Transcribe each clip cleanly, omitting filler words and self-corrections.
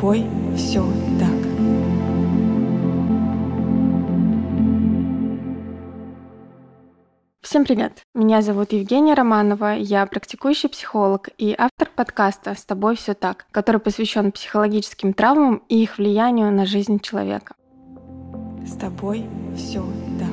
тобой все так. Всем привет! Меня зовут Евгения Романова, я практикующий психолог и автор подкаста «С тобой все так», который посвящен психологическим травмам и их влиянию на жизнь человека. С тобой все так.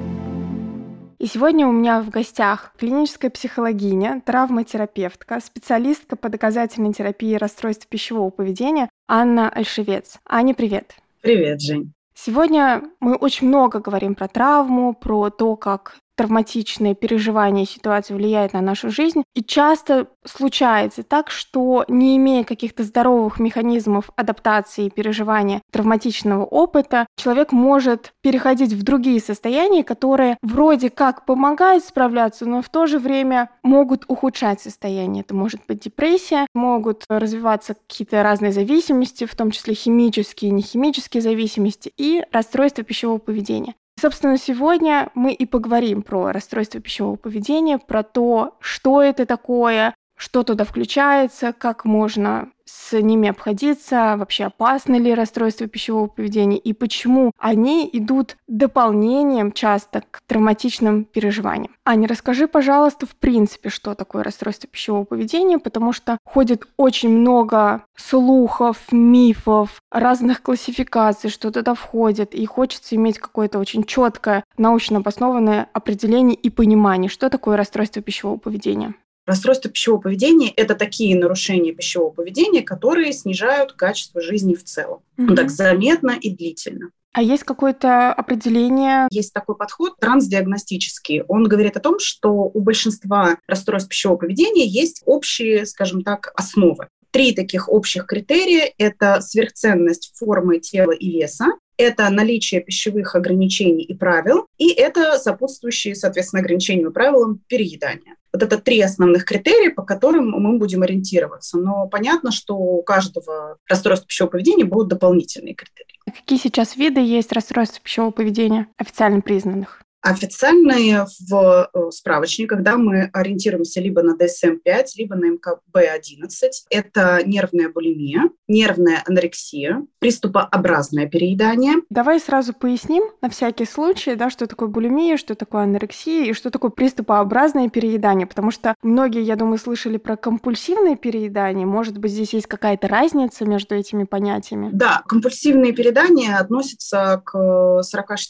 И сегодня у меня в гостях клиническая психологиня, травматерапевтка, специалистка по доказательной терапии расстройств пищевого поведения Анна Ольшевец. Аня, привет! Привет, Жень! Сегодня мы очень много говорим про травму, про то, как травматичные переживания и ситуации влияют на нашу жизнь. И часто случается так, что не имея каких-то здоровых механизмов адаптации и переживания травматичного опыта, человек может переходить в другие состояния, которые вроде как помогают справляться, но в то же время могут ухудшать состояние. Это может быть депрессия, могут развиваться какие-то разные зависимости, в том числе химические и нехимические зависимости, и расстройства пищевого поведения. Собственно, сегодня мы и поговорим про расстройство пищевого поведения, про то, что это такое, что туда включается, как можно с ними обходиться, вообще опасно ли расстройство пищевого поведения и почему они идут дополнением часто к травматичным переживаниям. Аня, расскажи, пожалуйста, в принципе, что такое расстройство пищевого поведения, потому что ходит очень много слухов, мифов, разных классификаций, что туда входит, и хочется иметь какое-то очень четкое, научно обоснованное определение и понимание, что такое расстройство пищевого поведения. Расстройство пищевого поведения – это такие нарушения пищевого поведения, которые снижают качество жизни в целом. Так заметно и длительно. А есть какое-то определение? Есть такой подход трансдиагностический. Он говорит о том, что у большинства расстройств пищевого поведения есть общие, скажем так, основы. 3 таких общих критерия – это сверхценность формы тела и веса, это наличие пищевых ограничений и правил, и это сопутствующие, соответственно, ограничениям и правилам переедания. Вот это 3 основных критерия, по которым мы будем ориентироваться. Но понятно, что у каждого расстройства пищевого поведения будут дополнительные критерии. Какие сейчас виды есть расстройств пищевого поведения, официально признанных? Официальные в справочниках, когда мы ориентируемся либо на DSM-5, либо на МКБ-11. Это нервная булимия, нервная анорексия, приступообразное переедание. Давай сразу поясним на всякий случай, что такое булимия, что такое анорексия и что такое приступообразное переедание, потому что многие, я думаю, слышали про компульсивное переедание. Может быть, здесь есть какая-то разница между этими понятиями? Да, компульсивные переедания относятся к 40-60%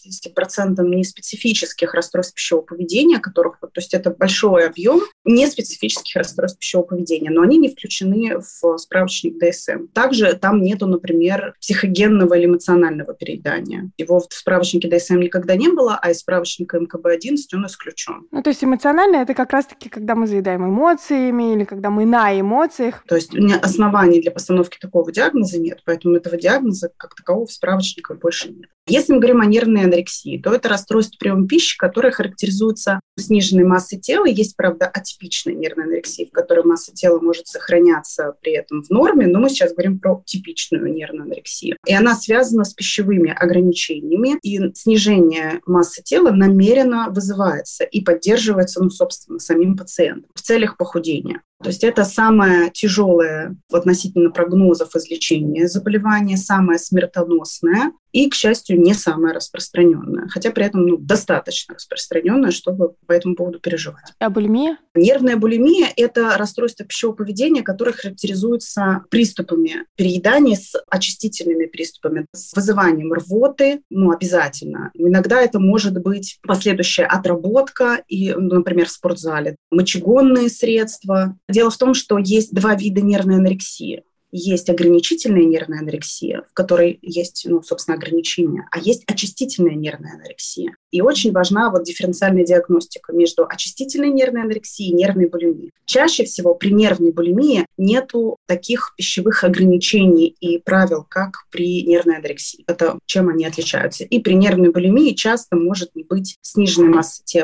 неспецифических расстройств пищевого поведения, которых, то есть это большой объем неспецифических расстройств пищевого поведения, но они не включены в справочник DSM. Также там нету, например, психогенного или эмоционального переедания. Его в справочнике DSM никогда не было, а из справочника МКБ-11 он исключен. То есть эмоциональное – это как раз-таки, когда мы заедаем эмоциями или когда мы на эмоциях. То есть оснований для постановки такого диагноза нет, поэтому этого диагноза как такового в справочниках больше нет. Если мы говорим о нервной анорексии, то это расстройство приема пищи, которое характеризуется сниженной массой тела. Есть, правда, атипичная нервная анорексия, в которой масса тела может сохраняться при этом в норме, но мы сейчас говорим про типичную нервную анорексию. И она связана с пищевыми ограничениями, и снижение массы тела намеренно вызывается и поддерживается, собственно, самим пациентом в целях похудения. То есть это самое тяжелое относительно прогнозов излечения заболевание, самое смертоносное и, к счастью, не самое распространенное, хотя при этом достаточно распространенное, чтобы по этому поводу переживать. А булимия? Нервная булимия – это расстройство пищевого поведения, которое характеризуется приступами переедания с очистительными приступами, с вызыванием рвоты, обязательно. Иногда это может быть последующая отработка, например, в спортзале, мочегонные средства. Дело в том, что есть 2 вида нервной анорексии. Есть ограничительная нервная анорексия, в которой есть, собственно, ограничения, а есть очистительная нервная анорексия. И очень важна дифференциальная диагностика между очистительной нервной анорексией и нервной булимией. Чаще всего при нервной булимии нету таких пищевых ограничений и правил, как при нервной анорексии. Это чем они отличаются. И при нервной булимии часто может не быть сниженной массы тела.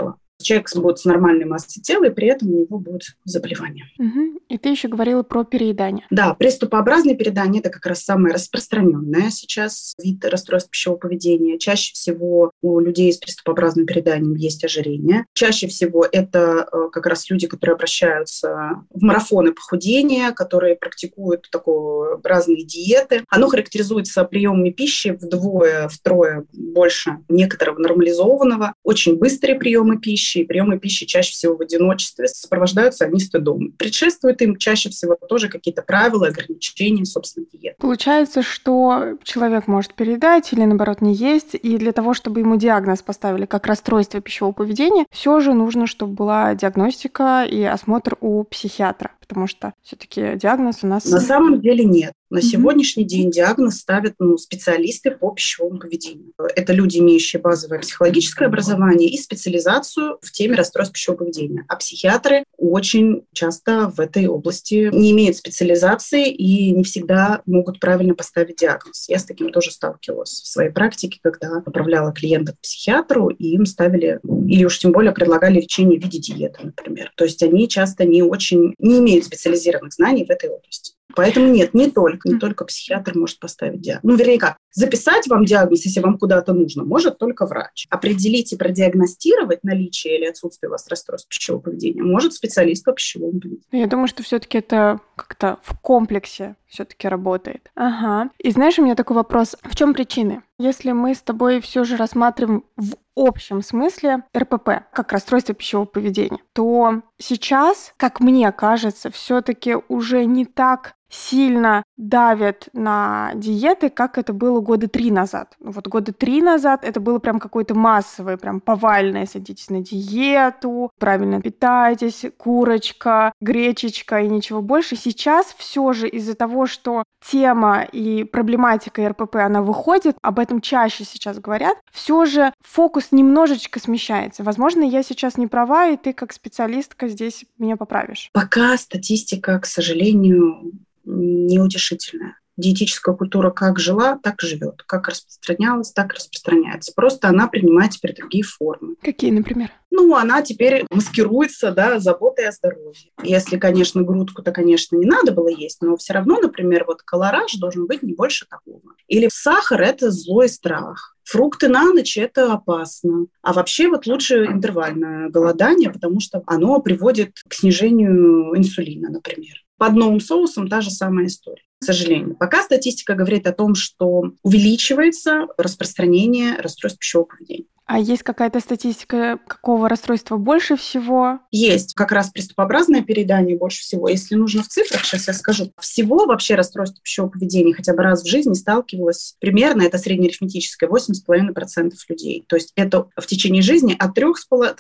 Человек будет с нормальной массой тела, и при этом у него будет заболевание. И ты еще говорила про переедание. Да, приступообразное переедание – это как раз самое распространенное сейчас вид расстройств пищевого поведения. Чаще всего у людей с приступообразным перееданием есть ожирение. Чаще всего это как раз люди, которые обращаются в марафоны похудения, которые практикуют разные диеты. Оно характеризуется приемами пищи вдвое-втрое больше некоторого нормализованного. Очень быстрые приемы пищи, и приемы пищи чаще всего в одиночестве. Сопровождаются они стыдом. Предшествует им чаще всего тоже какие-то правила, ограничения, собственно, диеты. Получается, что человек может переедать или, наоборот, не есть, и для того, чтобы ему диагноз поставили как расстройство пищевого поведения, все же нужно, чтобы была диагностика и осмотр у психиатра, потому что все-таки диагноз у нас... На самом деле нет. На сегодняшний день диагноз ставят специалисты по пищевому поведению. Это люди, имеющие базовое психологическое образование и специализацию в теме расстройств пищевого поведения. А психиатры очень часто в этой области не имеют специализации и не всегда могут правильно поставить диагноз. Я с таким тоже сталкивалась в своей практике, когда направляла клиентов к психиатру, и им ставили, или уж тем более предлагали лечение в виде диеты, например. То есть они часто не имеют специализированных знаний в этой области. Поэтому нет, не только психиатр может поставить диагноз. Вернее как, записать вам диагноз, если вам куда-то нужно, может только врач. Определить и продиагностировать наличие или отсутствие у вас расстройств пищевого поведения может специалист по пищевому поведению. Я думаю, что все-таки это как-то в комплексе все-таки работает. Ага. И знаешь, у меня такой вопрос. В чем причины? Если мы с тобой все же рассматриваем в общем смысле РПП как расстройство пищевого поведения, то сейчас, как мне кажется, все-таки уже не так сильно давят на диеты, как это было 3 года назад. 3 года назад это было прям какое-то массовое, прям повальное: садитесь на диету, правильно питайтесь, курочка, гречечка и ничего больше. Сейчас все же из-за того, что тема и проблематика РПП, она выходит, об этом чаще сейчас говорят, все же фокус немножечко смещается. Возможно, я сейчас не права, и ты как специалистка здесь меня поправишь. Пока статистика, к сожалению, неутешительная. Диетическая культура как жила, так и живет. Как распространялась, так и распространяется. Просто она принимает теперь другие формы. Какие, например? Она теперь маскируется, заботой о здоровье. Если, конечно, грудку-то, конечно, не надо было есть, но все равно, например, колораж должен быть не больше такого. Или сахар – это злой страх. Фрукты на ночь – это опасно. А вообще лучше интервальное голодание, потому что оно приводит к снижению инсулина, например. Под новым соусом та же самая история. К сожалению. Пока статистика говорит о том, что увеличивается распространение расстройств пищевого поведения. А есть какая-то статистика, какого расстройства больше всего? Есть как раз приступообразное переедание больше всего. Если нужно в цифрах, сейчас я скажу. Всего вообще расстройство пищевого поведения хотя бы раз в жизни сталкивалось примерно, это среднеарифметическое, 8,5% людей. То есть это в течение жизни от 3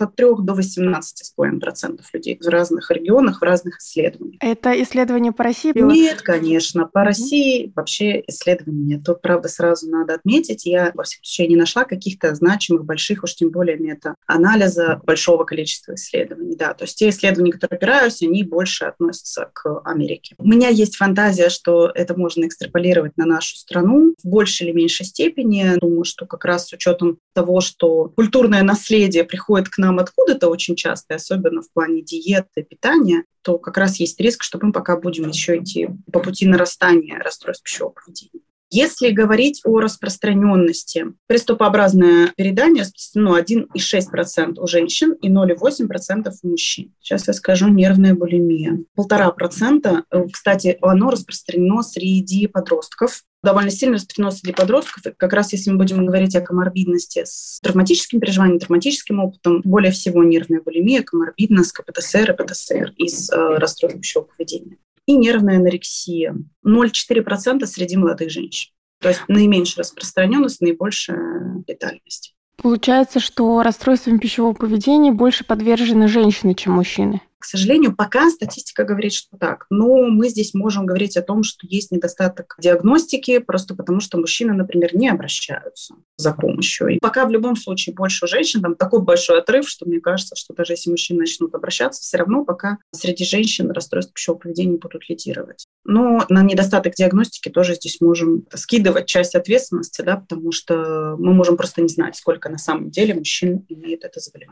до 18,5% людей в разных регионах, в разных исследованиях. Это исследование по России? Нет, конечно. По России вообще исследований нет. Тут, правда, сразу надо отметить, я, во всяком случае, не нашла каких-то значимых, больших, уж тем более мета-анализа большого количества исследований. Да, то есть те исследования, которые опираюсь, они больше относятся к Америке. У меня есть фантазия, что это можно экстраполировать на нашу страну в большей или меньшей степени. Думаю, что как раз с учетом того, что культурное наследие приходит к нам откуда-то очень часто, особенно в плане диеты, питания, то как раз есть риск, что мы пока будем еще идти по пути нарастания расстройств пищевого поведения. Если говорить о распространенности, приступообразное переедание распространено 1,6% у женщин и 0,8% у мужчин. Сейчас я скажу нервная булимия. 1,5%. Кстати, оно распространено среди подростков. Довольно сильно распространено среди подростков. И как раз если мы будем говорить о коморбидности с травматическим переживанием, травматическим опытом, более всего нервная булимия, коморбидность, КПТСР и ПТСР из расстройств пищевого поведения. И нервная анорексия. 0,4% среди молодых женщин. То есть наименьшая распространенность, наибольшая летальность. Получается, что расстройствам пищевого поведения больше подвержены женщины, чем мужчины. К сожалению, пока статистика говорит, что так. Но мы здесь можем говорить о том, что есть недостаток диагностики, просто потому что мужчины, например, не обращаются за помощью. И пока в любом случае больше у женщин, там такой большой отрыв, что мне кажется, что даже если мужчины начнут обращаться, все равно пока среди женщин расстройства пищевого поведения будут лидировать. Но на недостаток диагностики тоже здесь можем скидывать часть ответственности, потому что мы можем просто не знать, сколько на самом деле мужчин имеет это заболевание.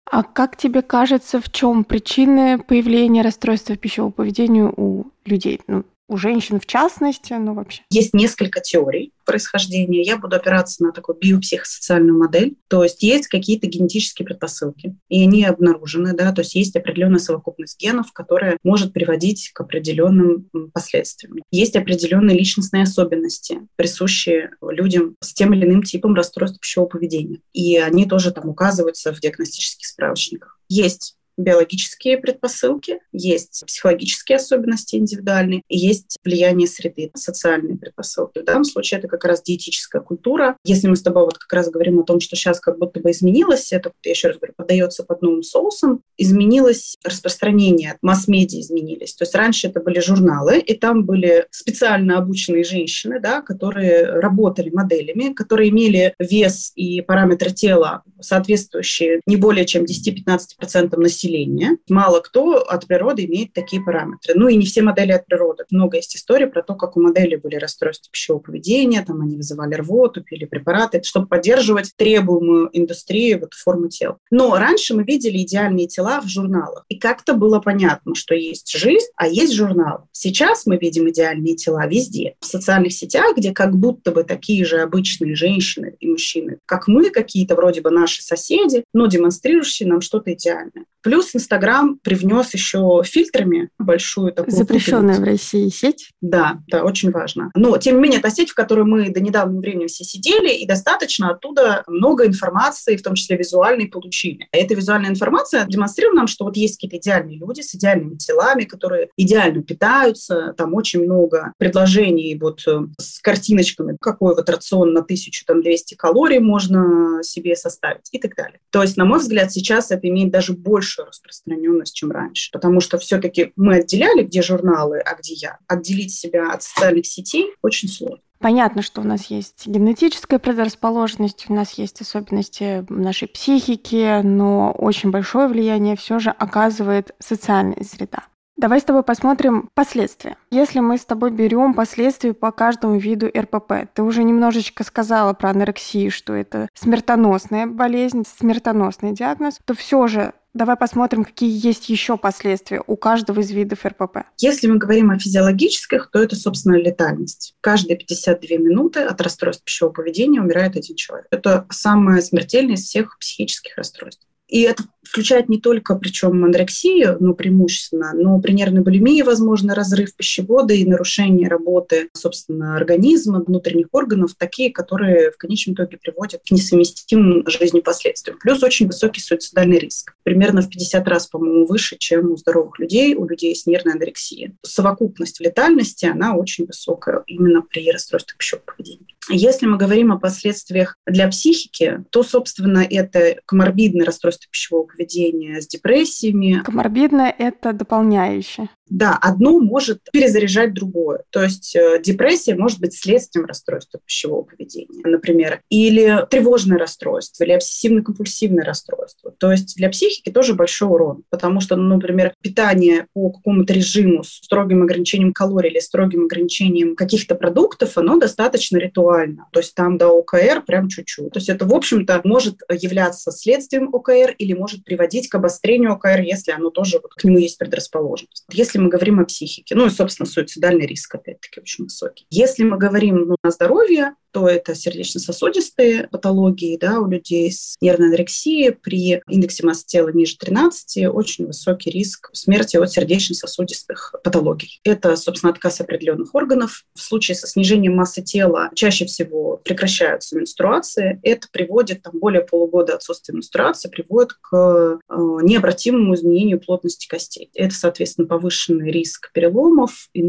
А как тебе кажется, в чем причины появления расстройства пищевого поведения у людей? У женщин в частности, вообще. Есть несколько теорий происхождения. Я буду опираться на такую биопсихосоциальную модель. То есть есть какие-то генетические предпосылки, и они обнаружены, да, то есть есть определенная совокупность генов, которая может приводить к определенным последствиям. Есть определенные личностные особенности, присущие людям с тем или иным типом расстройства пищевого поведения. И они тоже там указываются в диагностических справочниках. Есть биологические предпосылки, есть психологические особенности индивидуальные, и есть влияние среды, социальные предпосылки. В данном случае это как раз диетическая культура. Если мы с тобой вот как раз говорим о том, что сейчас как будто бы изменилось, это, я еще раз говорю, подается под новым соусом, изменилось распространение, масс-медиа изменились. То есть раньше это были журналы, и там были специально обученные женщины, да, которые работали моделями, которые имели вес и параметры тела, соответствующие не более чем 10-15% населения. Мало кто от природы имеет такие параметры. И не все модели от природы. Много есть историй про то, как у моделей были расстройства пищевого поведения, там они вызывали рвоту, пили препараты, чтобы поддерживать требуемую индустрию форму тела. Но раньше мы видели идеальные тела в журналах. И как-то было понятно, что есть жизнь, а есть журнал. Сейчас мы видим идеальные тела везде. В социальных сетях, где как будто бы такие же обычные женщины и мужчины, как мы, какие-то вроде бы наши соседи, но демонстрирующие нам что-то идеальное. Плюс Инстаграм привнес еще фильтрами большую такую запрещенная в России сеть. Да, очень важно. Но, тем не менее, это сеть, в которой мы до недавнего времени все сидели, и достаточно оттуда много информации, в том числе визуальной, получили. А эта визуальная информация демонстрирует нам, что вот есть какие-то идеальные люди с идеальными телами, которые идеально питаются, там очень много предложений с картиночками, какой рацион на 1200 калорий можно себе составить и так далее. То есть, на мой взгляд, сейчас это имеет даже большую распространенность, чем раньше. Потому что все-таки мы отделяли, где журналы, а где я. Отделить себя от социальных сетей очень сложно. Понятно, что у нас есть генетическая предрасположенность, у нас есть особенности нашей психики, но очень большое влияние все же оказывает социальная среда. Давай с тобой посмотрим последствия. Если мы с тобой берем последствия по каждому виду РПП, ты уже немножечко сказала про анорексию, что это смертоносная болезнь, смертоносный диагноз, то все же давай посмотрим, какие есть еще последствия у каждого из видов РПП. Если мы говорим о физиологических, то это, собственно, летальность. Каждые 52 минуты от расстройств пищевого поведения умирает один человек. Это самое смертельное из всех психических расстройств. И это включает не только, причем анорексию, преимущественно, но при нервной булимии возможно разрыв пищевода и нарушение работы, собственно, организма, внутренних органов, такие, которые в конечном итоге приводят к несовместимым с жизнью последствиям. Плюс очень высокий суицидальный риск. Примерно в 50 раз, по-моему, выше, чем у здоровых людей, у людей с нервной анорексией. Совокупность летальности, она очень высокая именно при расстройствах пищевого поведения. Если мы говорим о последствиях для психики, то, собственно, это коморбидное расстройство пищевого поведения с депрессиями. Коморбидное – это дополняющее. Да, одно может перезаряжать другое. То есть депрессия может быть следствием расстройства пищевого поведения, например, или тревожное расстройство, или обсессивно-компульсивное расстройство. То есть для психики тоже большой урон, потому что, например, питание по какому-то режиму с строгим ограничением калорий или строгим ограничением каких-то продуктов, оно достаточно ритуально. То есть там до ОКР прям чуть-чуть. То есть это, в общем-то, может являться следствием ОКР или может приводить к обострению ОКР, если оно тоже к нему есть предрасположенность. Если мы говорим о психике, и, собственно, суицидальный риск, опять-таки, очень высокий. Если мы говорим о здоровье, то это сердечно-сосудистые патологии, у людей с нервной анорексией при индексе массы тела ниже 13 очень высокий риск смерти от сердечно-сосудистых патологий. Это, собственно, отказ определенных органов. В случае со снижением массы тела чаще всего прекращаются менструации. Это приводит, более полугода отсутствия менструации приводит к необратимому изменению плотности костей. Это, соответственно, повышенный риск переломов и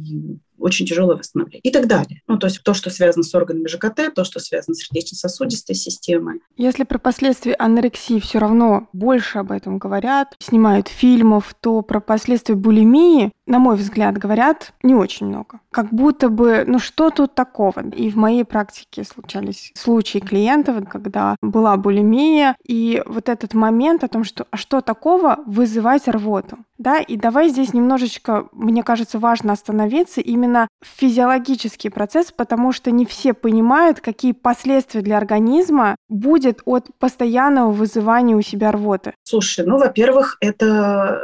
очень тяжелое восстановление и так далее. То есть то, что связано с органами ЖКТ, то, что связано с сердечно-сосудистой системой. Если про последствия анорексии все равно больше об этом говорят, снимают фильмов, то про последствия булимии, на мой взгляд, говорят не очень много. Как будто бы, что тут такого? И в моей практике случались случаи клиентов, когда была булимия, и вот этот момент о том, что а что такого вызывать рвоту? Да, и давай здесь немножечко, мне кажется, важно остановиться именно в физиологический процесс, потому что не все понимают, какие последствия для организма будет от постоянного вызывания у себя рвоты. Слушай, во-первых, это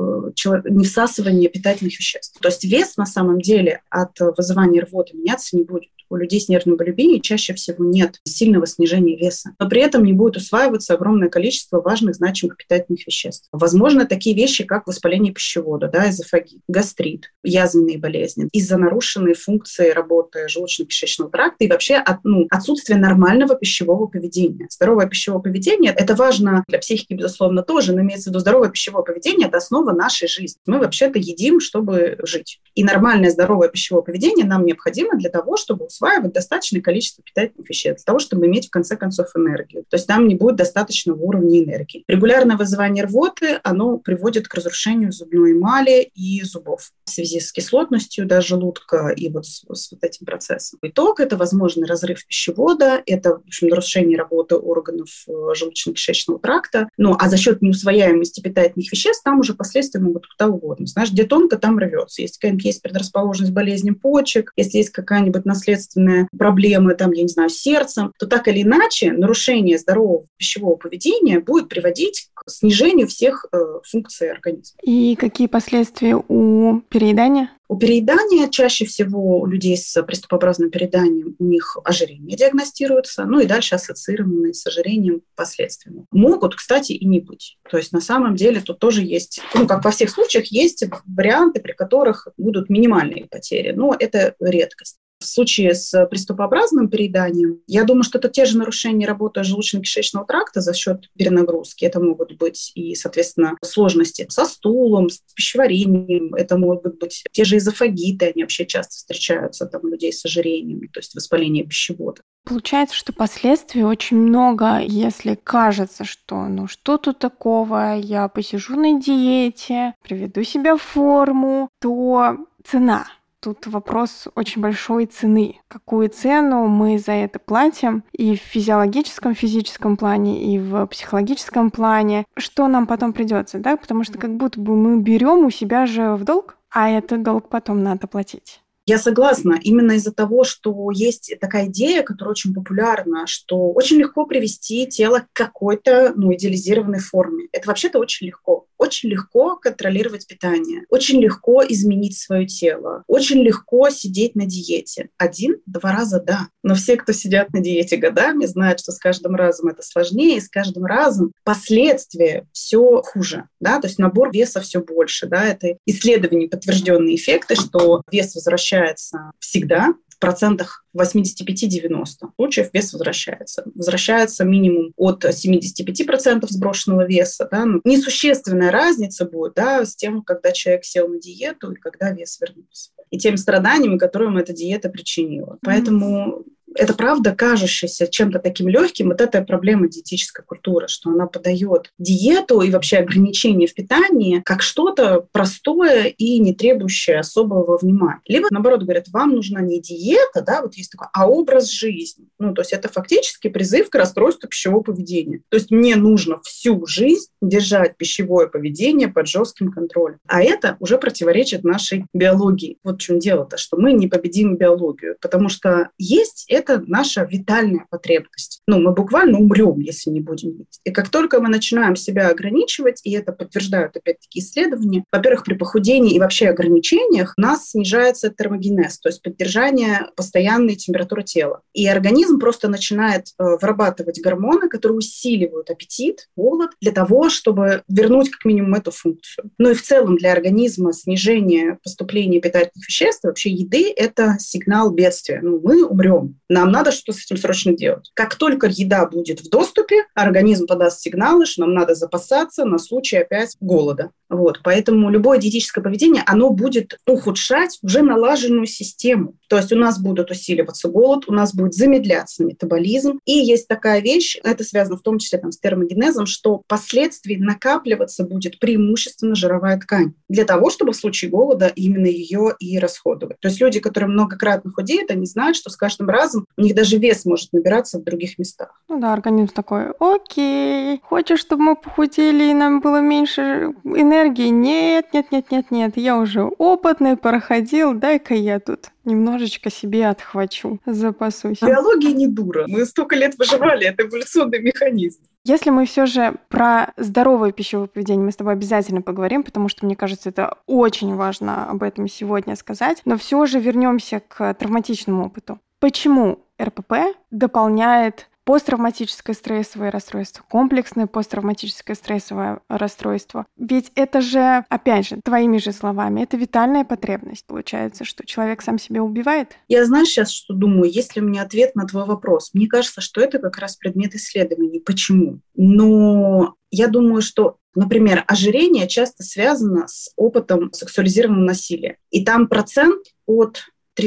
не всасывание питательных веществ. То есть вес на самом деле от вызывания рвоты меняться не будет. У людей с нервной булимией чаще всего нет сильного снижения веса, но при этом не будет усваиваться огромное количество важных, значимых питательных веществ. Возможно, такие вещи, как воспаление пищевода, эзофагит, гастрит, язвенные болезни, из-за нарушенной функции работы желудочно-кишечного тракта и вообще отсутствие нормального пищевого поведения. Здоровое пищевое поведение – это важно для психики, безусловно, тоже, но имеется в виду здоровое пищевое поведение – это основа нашей жизни. Мы вообще-то едим, чтобы жить. И нормальное здоровое пищевое поведение нам необходимо для того, чтобы усваивать достаточное количество питательных веществ, для того, чтобы иметь, в конце концов, энергию. То есть нам не будет достаточного уровня энергии. Регулярное вызывание рвоты, оно приводит к разрушению зубной эмали и зубов в связи с кислотностью желудка и с этим процессом. Итог – это возможный разрыв пищевода, это, в общем, нарушение работы органов желудочно-кишечного тракта. А за счет неусвояемости питательных веществ там уже последствия могут куда угодно. Знаешь, где тонко, там рвется. Если какая-нибудь есть предрасположенность к болезням почек, если есть какая-нибудь наследственная проблема, с сердцем, то так или иначе нарушение здорового пищевого поведения будет приводить к снижению всех функций организма. И какие последствия у переедания? У переедания чаще всего у людей с приступообразным перееданием у них ожирение диагностируется, и дальше ассоциированные с ожирением последствия. Могут, кстати, и не быть. То есть на самом деле тут тоже есть, как во всех случаях, есть варианты, при которых будут минимальные потери, но это редкость. В случае с приступообразным перееданием, я думаю, что это те же нарушения работы желудочно-кишечного тракта за счет перенагрузки. Это могут быть и, соответственно, сложности со стулом, с пищеварением. Это могут быть те же эзофагиты, они вообще часто встречаются у людей с ожирением, то есть воспаление пищевода. Получается, что последствий очень много, если кажется, что что тут такого, я посижу на диете, приведу себя в форму, то цена. Тут вопрос очень большой цены. Какую цену мы за это платим и в физическом плане, и в психологическом плане. Что нам потом придется, Потому что как будто бы мы берем у себя же в долг, а этот долг потом надо платить. Я согласна. Именно из-за того, что есть такая идея, которая очень популярна, что очень легко привести тело к какой-то идеализированной форме. Это вообще-то очень легко. Очень легко контролировать питание. Очень легко изменить свое тело. Очень легко сидеть на диете. 1-2 раза – да. Но все, кто сидят на диете годами, знают, что с каждым разом это сложнее, и с каждым разом последствия все хуже. То есть набор веса все больше. Это исследования, подтвержденные эффекты, что вес возвращается всегда, в процентах 85-90 случаев вес возвращается. Возвращается минимум от 75% сброшенного веса. Несущественная разница будет с тем, когда человек сел на диету и когда вес вернулся. И теми страданиями, которые ему эта диета причинила. Поэтому это правда, кажущаяся чем-то таким легким, это проблема диетической культуры, что она подает диету и вообще ограничения в питании как что-то простое и не требующее особого внимания. Либо, наоборот, говорят, вам нужна не диета, есть такое, а образ жизни. То есть это фактически призыв к расстройству пищевого поведения. То есть мне нужно всю жизнь держать пищевое поведение под жестким контролем. А это уже противоречит нашей биологии. Вот в чем дело-то, что мы не победим биологию, потому что есть это наша витальная потребность. Мы буквально умрем, если не будем есть. И как только мы начинаем себя ограничивать, и это подтверждают опять-таки исследования, во-первых, при похудении и вообще ограничениях у нас снижается термогенез, то есть поддержание постоянной температуры тела. И организм просто начинает вырабатывать гормоны, которые усиливают аппетит, голод, для того, чтобы вернуть как минимум эту функцию. И в целом для организма снижение поступления питательных веществ, вообще еды, это сигнал бедствия. Мы умрем. Нам надо что-то с этим срочно делать. Как только еда будет в доступе, организм подаст сигналы, что нам надо запасаться на случай опять голода. Вот. Поэтому любое диетическое поведение, оно будет ухудшать уже налаженную систему. То есть у нас будут усиливаться голод, у нас будет замедляться метаболизм. И есть такая вещь, это связано в том числе с термогенезом, что впоследствии накапливаться будет преимущественно жировая ткань для того, чтобы в случае голода именно ее и расходовать. То есть люди, которые многократно худеют, они знают, что с каждым разом у них даже вес может набираться в других местах. Ну да, организм такой: окей, хочешь, чтобы мы похудели и нам было меньше энергии? Нет, я уже опытный, проходил, дай-ка я тут немножечко себе отхвачу, запасусь. Биология не дура. Мы столько лет выживали, это эволюционный механизм. Если мы все же про здоровое пищевое поведение, мы с тобой обязательно поговорим, потому что, мне кажется, это очень важно об этом сегодня сказать. Но все же вернемся к травматичному опыту. Почему РПП дополняет посттравматическое стрессовое расстройство, комплексное посттравматическое стрессовое расстройство? Ведь это же, опять же, твоими же словами, это витальная потребность. Получается, что человек сам себя убивает? Я, знаешь, сейчас что думаю, есть ли у меня ответ на твой вопрос? Мне кажется, что это как раз предмет исследований. Почему? Но я думаю, что, например, ожирение часто связано с опытом сексуализированного насилия. И там процент от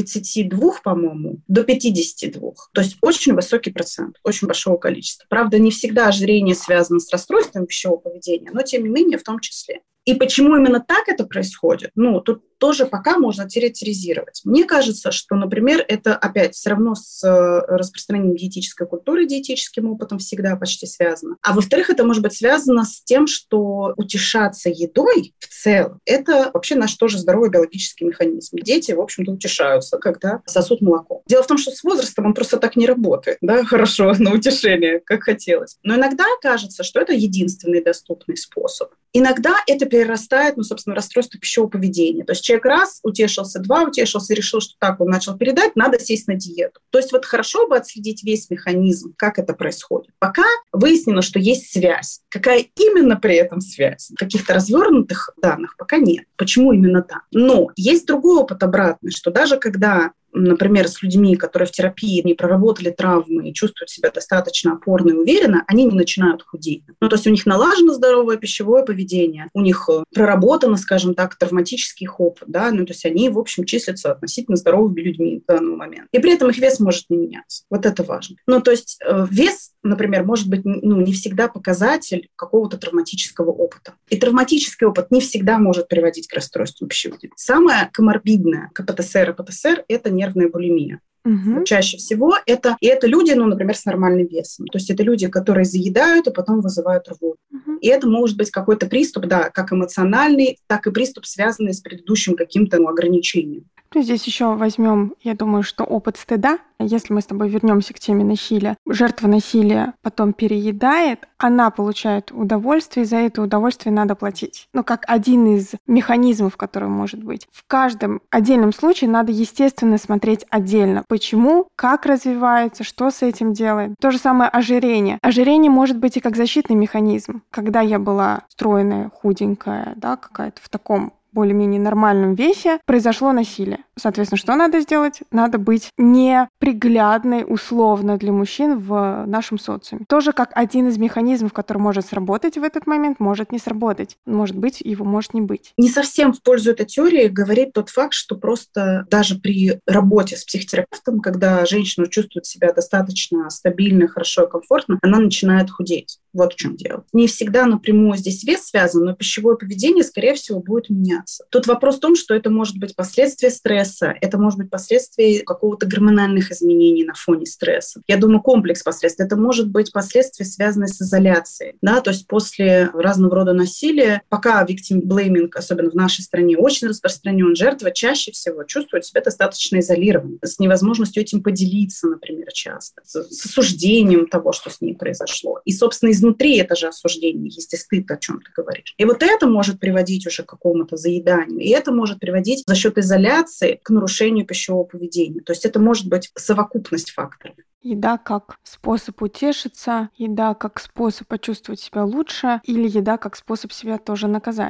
32, по-моему, до 52. То есть очень высокий процент, очень большого количества. Правда, не всегда ожирение связано с расстройством пищевого поведения, но тем не менее в том числе. И почему именно так это происходит? Тут тоже пока можно теоретизировать. Мне кажется, что, например, это опять все равно с распространением диетической культуры, диетическим опытом всегда почти связано. А во-вторых, это может быть связано с тем, что утешаться едой в целом – это вообще наш тоже здоровый биологический механизм. Дети, в общем-то, утешаются, когда сосут молоко. Дело в том, что с возрастом он просто так не работает, хорошо, на утешение, как хотелось. Но иногда кажется, что это единственный доступный способ. Иногда это перерастает, собственно, в расстройство пищевого поведения. То есть человек раз утешился, два утешился и решил, что так он начал передать, надо сесть на диету. То есть хорошо бы отследить весь механизм, как это происходит. Пока выяснено, что есть связь. Какая именно при этом связь? Каких-то развернутых данных пока нет. Почему именно так? Но есть другой опыт обратный, что даже когда, например, с людьми, которые в терапии не проработали травмы и чувствуют себя достаточно опорно и уверенно, они не начинают худеть. То есть у них налажено здоровое пищевое поведение, у них проработано, скажем так, травматический опыт, то есть они, в общем, числятся относительно здоровыми людьми в данный момент. И при этом их вес может не меняться. Вот это важно. То есть вес, например, может быть не всегда показатель какого-то травматического опыта. И травматический опыт не всегда может приводить к расстройству пищевого поведения. Самое коморбидное к ПТСР и ПТСР – это нервная булимия. Чаще всего это люди, например, с нормальным весом. То есть это люди, которые заедают и потом вызывают рвоту. И это может быть какой-то приступ, как эмоциональный, так и приступ, связанный с предыдущим каким-то ограничением. Здесь еще возьмем, я думаю, что опыт стыда. Если мы с тобой вернемся к теме насилия, жертва насилия потом переедает, она получает удовольствие, и за это удовольствие надо платить. Как один из механизмов, который может быть. В каждом отдельном случае надо, естественно, смотреть отдельно. Почему, как развивается, что с этим делает. То же самое ожирение. Ожирение может быть и как защитный механизм. Когда я была стройная, худенькая, какая-то в таком более-менее нормальном весе, произошло насилие. Соответственно, что надо сделать? Надо быть неприглядной условно для мужчин в нашем социуме. Тоже как один из механизмов, который может сработать в этот момент, может не сработать. Может быть, его может не быть. Не совсем в пользу этой теории говорит тот факт, что просто даже при работе с психотерапевтом, когда женщина чувствует себя достаточно стабильно, хорошо и комфортно, она начинает худеть. Вот в чем дело. Не всегда напрямую здесь вес связан, но пищевое поведение, скорее всего, будет меняться. Тут вопрос в том, что это может быть последствия стресса, это может быть последствия какого-то гормональных изменений на фоне стресса. Я думаю, комплекс последствий. Это может быть последствия, связанные с изоляцией. То есть после разного рода насилия, пока victim blaming, особенно в нашей стране, очень распространен, жертва чаще всего чувствует себя достаточно изолированной, с невозможностью этим поделиться, например, часто, с осуждением того, что с ней произошло. И, собственно, изнутри это же осуждение, есть и стыд, о чем ты говоришь. И вот это может приводить уже к какому-то заеданию. И это может приводить за счет изоляции к нарушению пищевого поведения. То есть это может быть совокупность факторов. Еда как способ утешиться, еда как способ почувствовать себя лучше или еда как способ себя тоже наказать.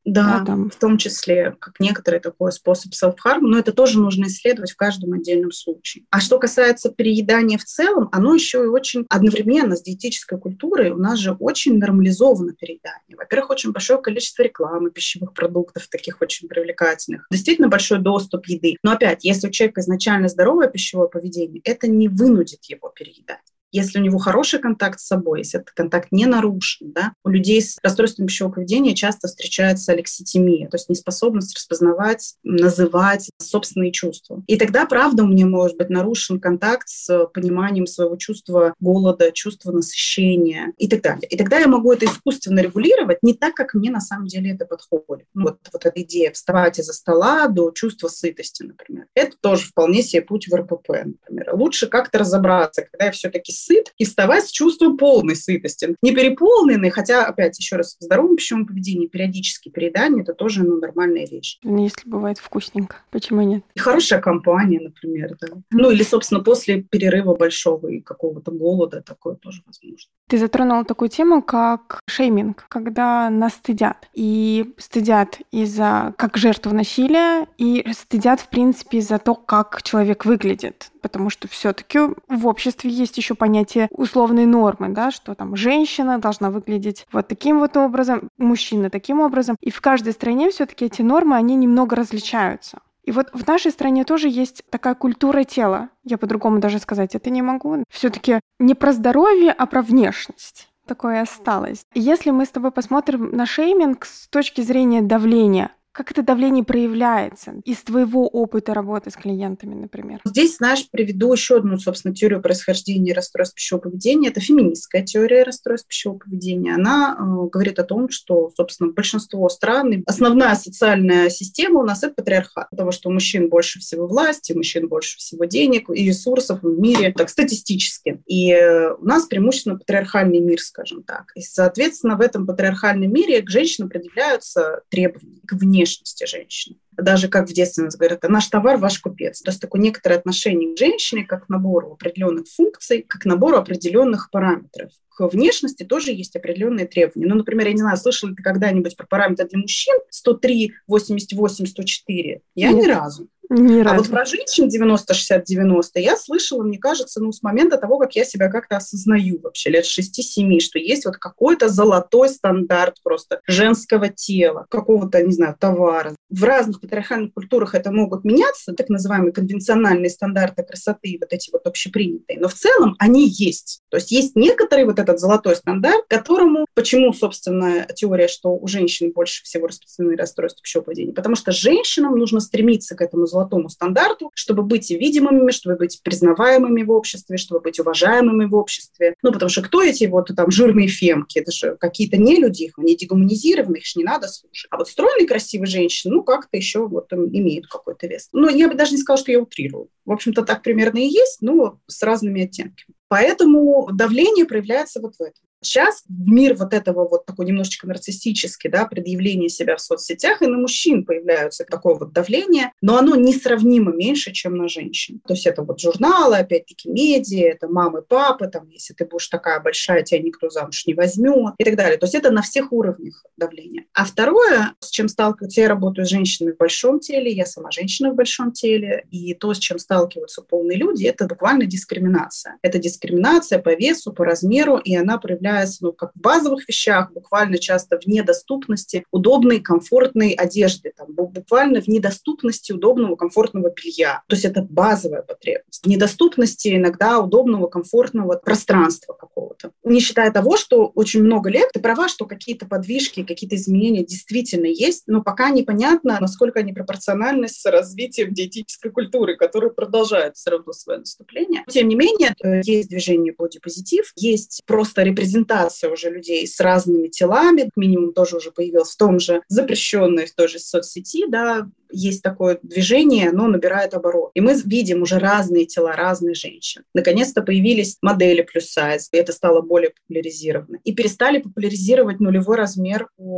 Да, Да, там. в том числе, как некоторый такой способ self-harm, но это тоже нужно исследовать в каждом отдельном случае. А что касается переедания в целом, оно еще и очень одновременно с диетической культурой у нас же очень нормализовано переедание. Во-первых, очень большое количество рекламы пищевых продуктов, таких очень привлекательных. Действительно большой доступ еды. Но опять, если у человека изначально здоровое пищевое поведение, это не вынудит его переедать. Если у него хороший контакт с собой, если этот контакт не нарушен, да, у людей с расстройством пищевого поведения часто встречается алекситимия, то есть неспособность распознавать, называть собственные чувства. И тогда, правда, у меня может быть нарушен контакт с пониманием своего чувства голода, чувства насыщения и так далее. И тогда я могу это искусственно регулировать не так, как мне на самом деле это подходит. Вот эта идея вставать из-за стола до чувства сытости, например. Это тоже вполне себе путь в РПП, например. Лучше как-то разобраться, когда я все-таки сыт, и вставать с чувством полной сытости. Не переполненный, хотя, опять, еще раз, в здоровом пищевом поведении периодически переедание – это тоже нормальная вещь. Если бывает вкусненько, почему нет? И хорошая компания, например, да. Ну, или, собственно, после перерыва большого и какого-то голода такое тоже возможно. Ты затронула такую тему, как шейминг, когда нас стыдят. И стыдят из-за как жертву насилия, и стыдят, в принципе, за то, как человек выглядит. Потому что все-таки в обществе есть еще понятие условной нормы, да, что там женщина должна выглядеть вот таким вот образом, мужчина таким образом. И в каждой стране все-таки эти нормы, они немного различаются. И вот в нашей стране тоже есть такая культура тела. Я по-другому даже сказать это не могу. Все-таки не про здоровье, а про внешность. Такое осталось. И если мы с тобой посмотрим на шейминг с точки зрения давления, как это давление проявляется из твоего опыта работы с клиентами, например? Здесь, знаешь, приведу еще одну, собственно, теорию происхождения расстройств пищевого поведения. Это феминистская теория расстройств пищевого поведения. Она говорит о том, что, собственно, большинство стран, основная социальная система у нас – это патриархат, потому что у мужчин больше всего власти, у мужчин больше всего денег и ресурсов в мире, так статистически. И у нас преимущественно патриархальный мир, скажем так. И, соответственно, в этом патриархальном мире к женщинам предъявляются требования к внешности женщины. Даже как в детстве нас говорят, наш товар, ваш купец. То есть такое некоторое отношение к женщине как к набору определенных функций, как к набору определенных параметров. К внешности тоже есть определенные требования. Ну, например, я не знаю, слышала ли ты когда-нибудь про параметры для мужчин 103, 88, 104? Я ни разу. А вот про женщин 90-60-90 я слышала, мне кажется, с момента того, как я себя как-то осознаю вообще, лет 6-7, что есть вот какой-то золотой стандарт просто женского тела, какого-то, не знаю, товара. В разных патриархальных культурах это могут меняться, так называемые конвенциональные стандарты красоты, вот эти вот общепринятые, но в целом они есть. То есть есть некоторый вот этот золотой стандарт, которому, почему, собственно, теория, что у женщин больше всего распространены расстройства пищевого поведения, потому что женщинам нужно стремиться к этому золотому стандарту, чтобы быть видимыми, чтобы быть признаваемыми в обществе, чтобы быть уважаемыми в обществе. Потому что кто эти вот там жирные фемки? Это же какие-то не люди, они дегуманизированы, их же не надо слушать. А вот стройные красивые женщины, как-то еще вот имеют какой-то вес. Но я бы даже не сказала, что я утрирую. В общем-то, так примерно и есть, но с разными оттенками. Поэтому давление проявляется вот в этом. Сейчас в мир вот этого вот такой немножечко нарциссический, да, предъявления себя в соцсетях, и на мужчин появляется такое вот давление, но оно несравнимо меньше, чем на женщин. То есть это вот журналы, опять-таки медиа, это мамы, папы, там, если ты будешь такая большая, тебя никто замуж не возьмет и так далее. То есть это на всех уровнях давления. А второе, с чем сталкиваются, я работаю с женщинами в большом теле, я сама женщина в большом теле, и то, с чем сталкиваются полные люди, это буквально дискриминация. Это дискриминация по весу, по размеру, и она проявляется как в базовых вещах, буквально часто в недоступности удобной, комфортной одежды, буквально в недоступности удобного, комфортного белья. То есть это базовая потребность. В недоступности иногда удобного, комфортного пространства какого-то. Не считая того, что очень много лет, ты права, что какие-то подвижки, какие-то изменения действительно есть, но пока непонятно, насколько они пропорциональны с развитием диетической культуры, которая продолжает все равно свое наступление. Тем не менее, есть движение бодипозитив, есть просто репрезентация уже людей с разными телами, минимум тоже уже появилось в том же запрещенной, в той же соцсети, да, есть такое движение, оно набирает оборот. И мы видим уже разные тела, разные женщины. Наконец-то появились модели плюс-сайз, и это стало более популяризировано. И перестали популяризировать нулевой размер у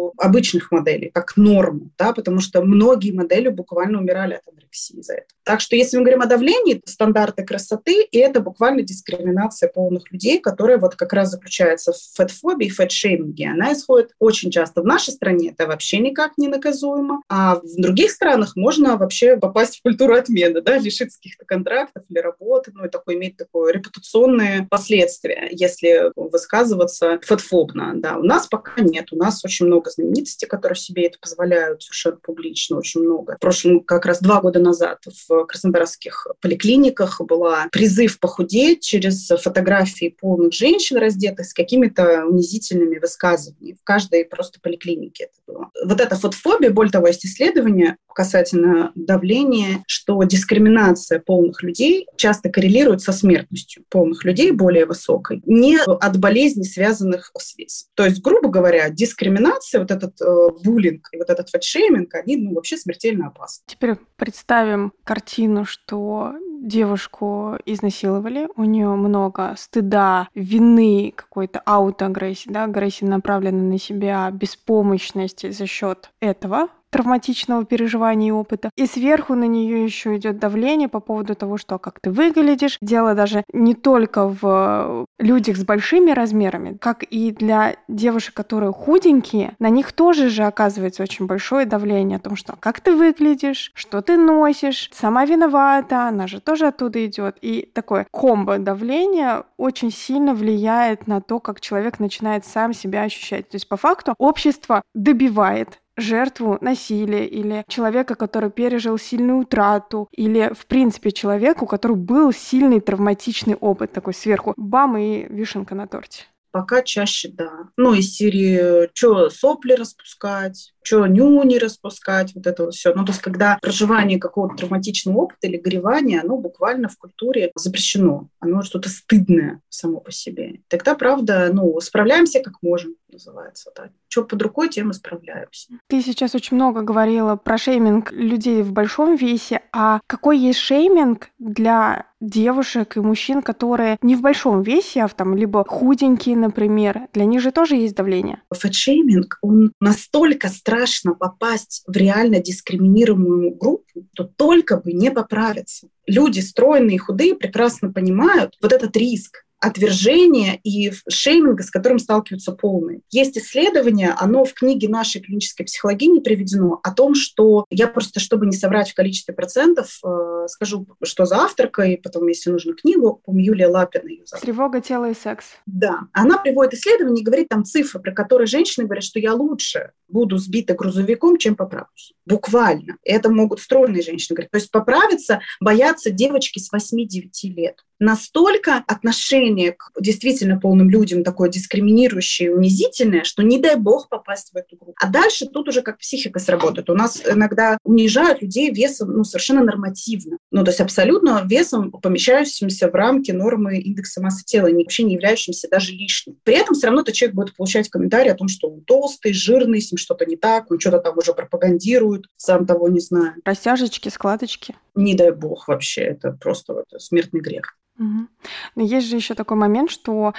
обычных моделей, как норму, да, потому что многие модели буквально умирали от анорексии за это. Так что если мы говорим о давлении, то стандарты красоты, и это буквально дискриминация полных людей, которая вот как раз заключается в фэтфобии, фэтшейминге. Она исходит очень часто. В нашей стране это вообще никак не наказуемо, а в других странах можно вообще попасть в культуру отмены, да, лишиться каких-то контрактов или работы, ну, и иметь такое репутационные последствия, если высказываться фэтфобно, да. У нас пока нет. У нас очень много знаменитостей, которые себе это позволяют совершенно публично, очень много. В прошлом, как раз 2 года назад, в краснодарских поликлиниках была призыв похудеть через фотографии полных женщин раздетых с какими-то унизительными высказываниями. В каждой просто поликлинике это было. Вот эта фотофобия, более того, есть исследования касательно давления, что дискриминация полных людей часто коррелирует со смертностью полных людей более высокой, не от болезней, связанных с весом. То есть, грубо говоря, дискриминация, вот этот буллинг и вот этот фэтшейминг, они вообще смертельно опасны. Теперь представим картину, что девушку изнасиловали, у нее много стыда, вины, какой-то аутоагрессии, да, агрессии, направленной на себя, беспомощности за счет этого травматичного переживания и опыта. И сверху на нее еще идет давление по поводу того, что как ты выглядишь. Дело даже не только в людях с большими размерами, как и для девушек, которые худенькие, на них тоже же оказывается очень большое давление о том, что как ты выглядишь, что ты носишь, сама виновата, она же тоже оттуда идет. И такое комбо давления очень сильно влияет на то, как человек начинает сам себя ощущать. То есть по факту общество добивает жертву насилия или человека, который пережил сильную утрату, или, в принципе, человеку, у которого был сильный травматичный опыт, такой сверху, бам, и вишенка на торте. Пока чаще да. Ну, из серии, что сопли распускать, что нюни распускать, вот это вот все. Ну, то есть, когда проживание какого-то травматичного опыта или горевания, оно буквально в культуре запрещено. Оно что-то стыдное само по себе. Тогда, правда, справляемся как можем, называется. Да. Что под рукой, тем и справляемся. Ты сейчас очень много говорила про шейминг людей в большом весе, а какой есть шейминг для девушек и мужчин, которые не в большом весе, а там либо худенькие, например? Для них же тоже есть давление. Фэтшейминг, он настолько страшно попасть в реально дискриминируемую группу, то только бы не поправиться. Люди стройные и худые прекрасно понимают вот этот риск отвержения и шейминга, с которым сталкиваются полные. Есть исследование, оно в книге нашей клинической психологини приведено, о том, что я просто, чтобы не соврать в количестве процентов, скажу, что за авторка, и потом, если нужно, книгу, помню, Юлия Лапина ее зовут. «Тревога, тело и секс». Да. Она приводит исследование и говорит там цифры, про которые женщины говорят, что я лучше буду сбита грузовиком, чем поправлюсь. Буквально. Это могут стройные женщины говорить. То есть поправиться боятся девочки с 8-9 лет. Настолько отношение к действительно полным людям такое дискриминирующее, унизительное, что не дай бог попасть в эту группу. А дальше тут уже как психика сработает. У нас иногда унижают людей весом совершенно нормативно. То есть абсолютно весом, помещающимся в рамки нормы индекса массы тела, вообще не являющимся даже лишним. При этом все равно этот человек будет получать комментарии о том, что он толстый, жирный, с ним что-то не так, он что-то там уже пропагандирует, сам того не знаю. Растяжечки, складочки. Не дай бог вообще, это просто смертный грех. Угу. Но есть же еще такой момент, что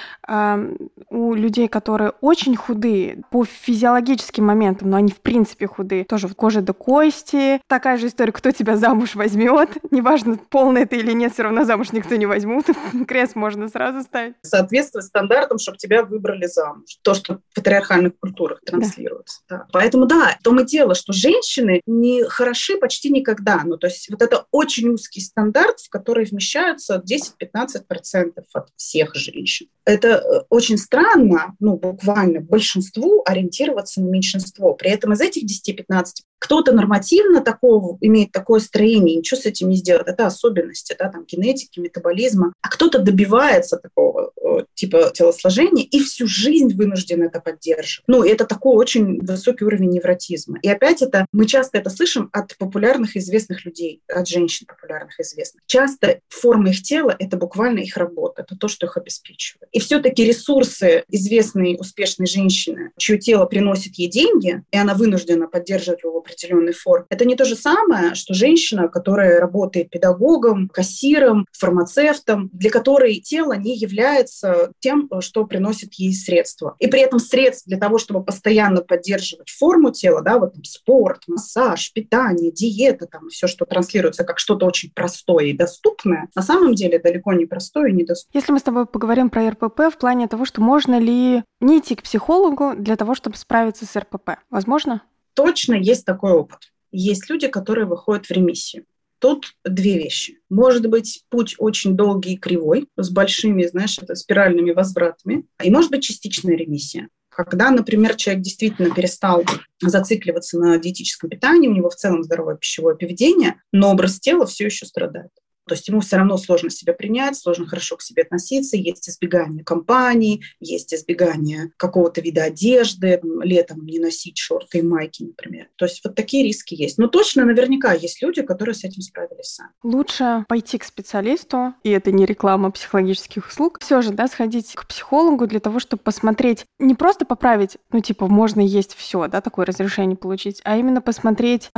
у людей, которые очень худые, по физиологическим моментам, но они в принципе худые, тоже кожа до кости, такая же история, кто тебя замуж возьмет, неважно, полный ты или нет, все равно замуж никто не возьмут, крест можно сразу ставить. Соответствовать стандартам, чтобы тебя выбрали замуж. То, что в патриархальных культурах транслируется. Да. Да. Поэтому да, в том и дело, что женщины не хороши почти никогда. То есть вот это очень узкий стандарт, в который вмещаются 10-15% от всех женщин. Это очень странно, буквально большинству ориентироваться на меньшинство. При этом из этих 10-15 кто-то нормативно имеет такое строение, ничего с этим не сделать. Это особенности, там, генетики, метаболизма. А кто-то добивается такого типа телосложения и всю жизнь вынужден это поддерживать. Это такой очень высокий уровень невротизма. И опять мы часто это слышим от популярных и известных людей, от женщин популярных и известных. Часто форма их тела — это буквально их работа, это то, что их обеспечивает. И все-таки ресурсы известной, успешной женщины, чье тело приносит ей деньги, и она вынуждена поддерживать его в определенной форме, это не то же самое, что женщина, которая работает педагогом, кассиром, фармацевтом, для которой тело не является тем, что приносит ей средства. И при этом средств для того, чтобы постоянно поддерживать форму тела, да, вот там спорт, массаж, питание, диета, там все, что транслируется как что-то очень простое и доступное, на самом деле далеко не простое и недоступное. Если мы с тобой поговорим про РПП в плане того, что можно ли не идти к психологу для того, чтобы справиться с РПП, возможно? Точно есть такой опыт. Есть люди, которые выходят в ремиссию. Тут две вещи. Может быть, путь очень долгий и кривой, с большими, знаешь, спиральными возвратами, и может быть частичная ремиссия. Когда, например, человек действительно перестал зацикливаться на диетическом питании, у него в целом здоровое пищевое поведение, но образ тела все еще страдает. То есть ему все равно сложно себя принять, сложно хорошо к себе относиться, есть избегание компаний, есть избегание какого-то вида одежды, летом не носить шорты и майки, например. То есть вот такие риски есть. Но точно наверняка есть люди, которые с этим справились сами. Лучше пойти к специалисту, и это не реклама психологических услуг, все же, да, сходить к психологу для того, чтобы посмотреть, не просто поправить, можно есть все, да, такое разрешение получить, а именно посмотреть,